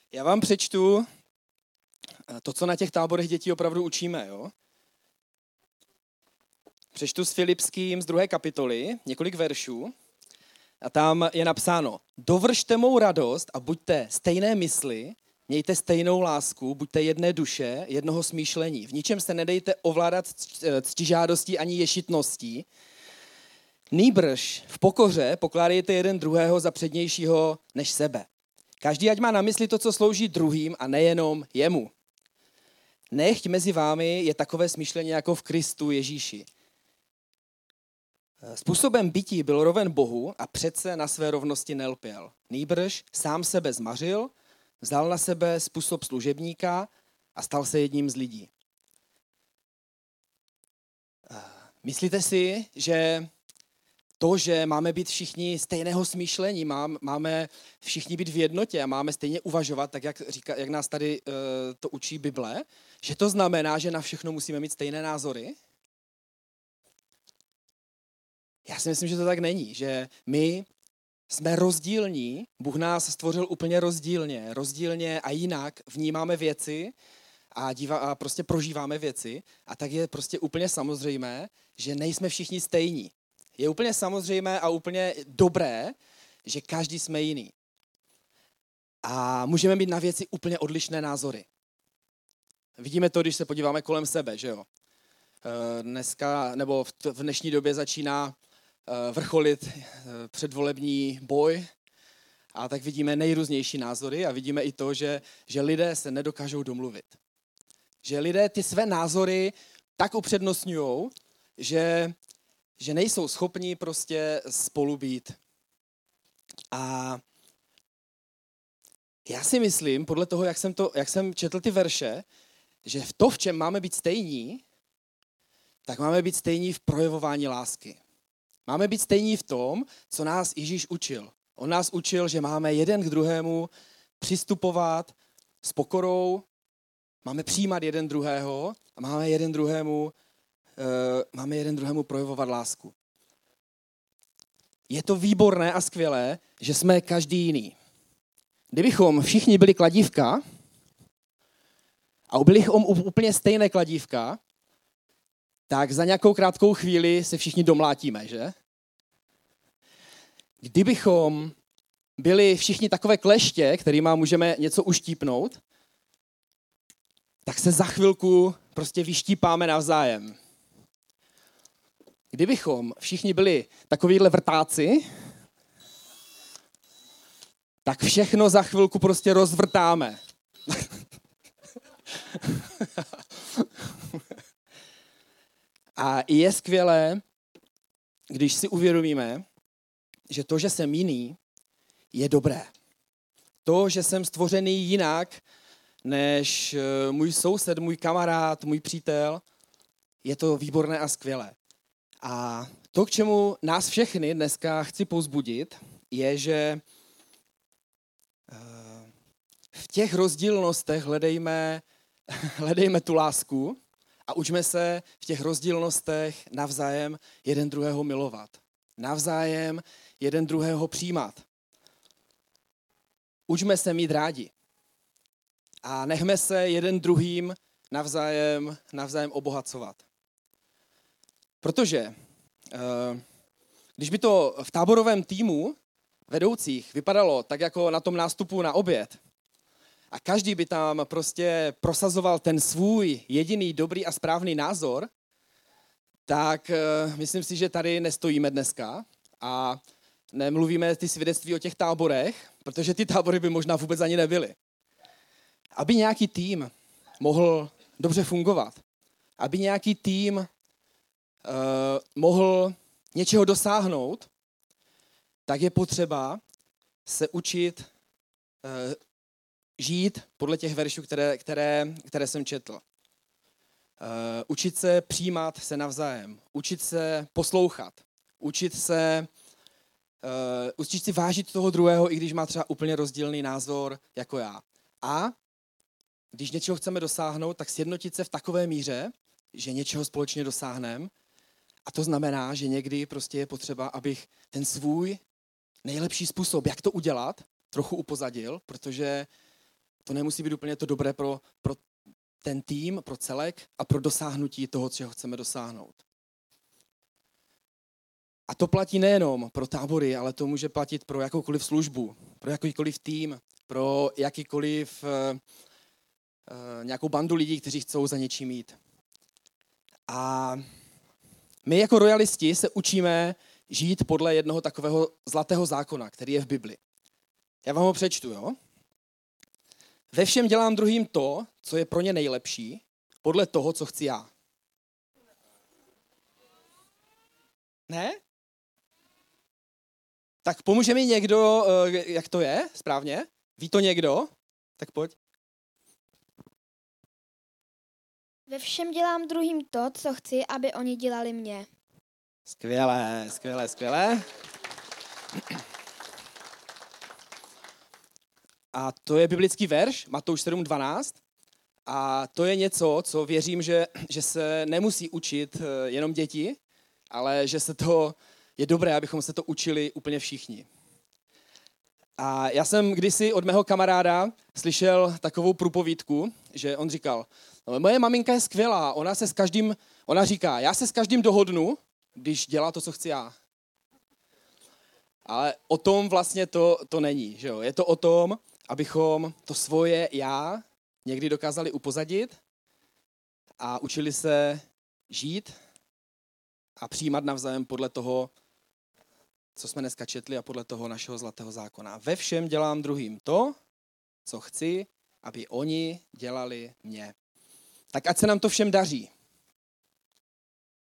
Já vám přečtu to, co na těch táborech dětí opravdu učíme. Jo? Přečtu s Filipským z 2. kapitoly několik veršů a tam je napsáno: Dovršte mou radost a buďte stejné mysli, mějte stejnou lásku, buďte jedné duše, jednoho smýšlení. V ničem se nedejte ovládat ctižádostí ani ješitností. Nýbrž v pokoře pokládejte jeden druhého za přednějšího než sebe. Každý ať má na mysli to, co slouží druhým a nejenom jemu. Nechť mezi vámi je takové smýšlení jako v Kristu Ježíši. Způsobem bytí byl roven Bohu a přece na své rovnosti nelpěl. Nýbrž sám sebe zmařil, vzal na sebe způsob služebníka a stal se jedním z lidí. Myslíte si, že to, že máme být všichni stejného smýšlení, máme všichni být v jednotě a máme stejně uvažovat, tak jak nás tady to učí Bible, že to znamená, že na všechno musíme mít stejné názory? Já si myslím, že to tak není, že my jsme rozdílní, Bůh nás stvořil úplně rozdílně a jinak vnímáme věci a prostě prožíváme věci a tak je prostě úplně samozřejmé, že nejsme všichni stejní. Je úplně samozřejmé a úplně dobré, že každý jsme jiný. A můžeme mít na věci úplně odlišné názory. Vidíme to, když se podíváme kolem sebe, že jo? Dneska, nebo v dnešní době začíná vrcholit předvolební boj a tak vidíme nejrůznější názory a vidíme i to, že lidé se nedokážou domluvit. Že lidé ty své názory tak upřednostňujou, že nejsou schopni prostě spolu být. A já si myslím, podle toho, jak jsem četl ty verše, že v čem máme být stejní, tak máme být stejní v projevování lásky. Máme být stejní v tom, co nás Ježíš učil. On nás učil, že máme jeden k druhému přistupovat s pokorou, máme přijímat jeden druhého a máme jeden druhému projevovat lásku. Je to výborné a skvělé, že jsme každý jiný. Kdybychom všichni byli kladívka a byli úplně stejné kladívka, tak za nějakou krátkou chvíli se všichni domlátíme, že? Kdybychom byli všichni takové kleště, kterýma můžeme něco uštípnout, tak se za chvilku prostě vyštípáme navzájem. Kdybychom všichni byli takovýhle vrtáci, tak všechno za chvilku prostě rozvrtáme. A je skvělé, když si uvědomíme, že to, že jsem jiný, je dobré. To, že jsem stvořený jinak než můj soused, můj kamarád, můj přítel, je to výborné a skvělé. A to, k čemu nás všechny dneska chci povzbudit, je, že v těch rozdílnostech hledejme tu lásku a učme se v těch rozdílnostech navzájem jeden druhého milovat. Navzájem jeden druhého přijímat. Učme se mít rádi. A nechme se jeden druhým navzájem obohacovat. Protože když by to v táborovém týmu vedoucích vypadalo tak jako na tom nástupu na oběd a každý by tam prostě prosazoval ten svůj jediný dobrý a správný názor, tak myslím si, že tady nestojíme dneska a nemluvíme ty svědectví o těch táborech, protože ty tábory by možná vůbec ani nebyly. Aby nějaký tým mohl dobře fungovat, aby nějaký tým mohl něčeho dosáhnout, tak je potřeba se učit žít podle těch veršů, které jsem četl. Učit se přijímat se navzájem, učit se poslouchat, učit si vážit toho druhého, i když má třeba úplně rozdílný názor jako já. A když něčeho chceme dosáhnout, tak sjednotit se v takové míře, že něčeho společně dosáhneme. A to znamená, že někdy prostě je potřeba, abych ten svůj nejlepší způsob, jak to udělat, trochu upozadil, protože to nemusí být úplně to dobré pro ten tým, pro celek a pro dosáhnutí toho, čeho chceme dosáhnout. A to platí nejenom pro tábory, ale to může platit pro jakoukoliv službu, pro jakýkoliv tým, pro jakýkoliv nějakou bandu lidí, kteří chcou za něčím jít. A my jako rojalisti se učíme žít podle jednoho takového zlatého zákona, který je v Bibli. Já vám ho přečtu, jo? Ve všem dělám druhým to, co je pro ně nejlepší, podle toho, co chci já. Ne? Tak pomůže mi někdo, jak to je správně? Ví to někdo? Tak pojď. Ve všem dělám druhým to, co chci, aby oni dělali mě. Skvělé. A to je biblický verš, Matouš 7:12. A to je něco, co věřím, že se nemusí učit jenom děti, ale že je dobré, abychom se to učili úplně všichni. A já jsem kdysi od mého kamaráda slyšel takovou průpovídku, že on říkal, no, moje maminka je skvělá, ona říká, já se s každým dohodnu, když dělá to, co chci já. Ale o tom vlastně to není, že jo? Je to o tom, abychom to svoje já někdy dokázali upozadit a učili se žít a přijímat navzájem podle toho, co jsme dneska četli a podle toho našeho zlatého zákona. Ve všem dělám druhým to, co chci, aby oni dělali mě. Tak ať se nám to všem daří.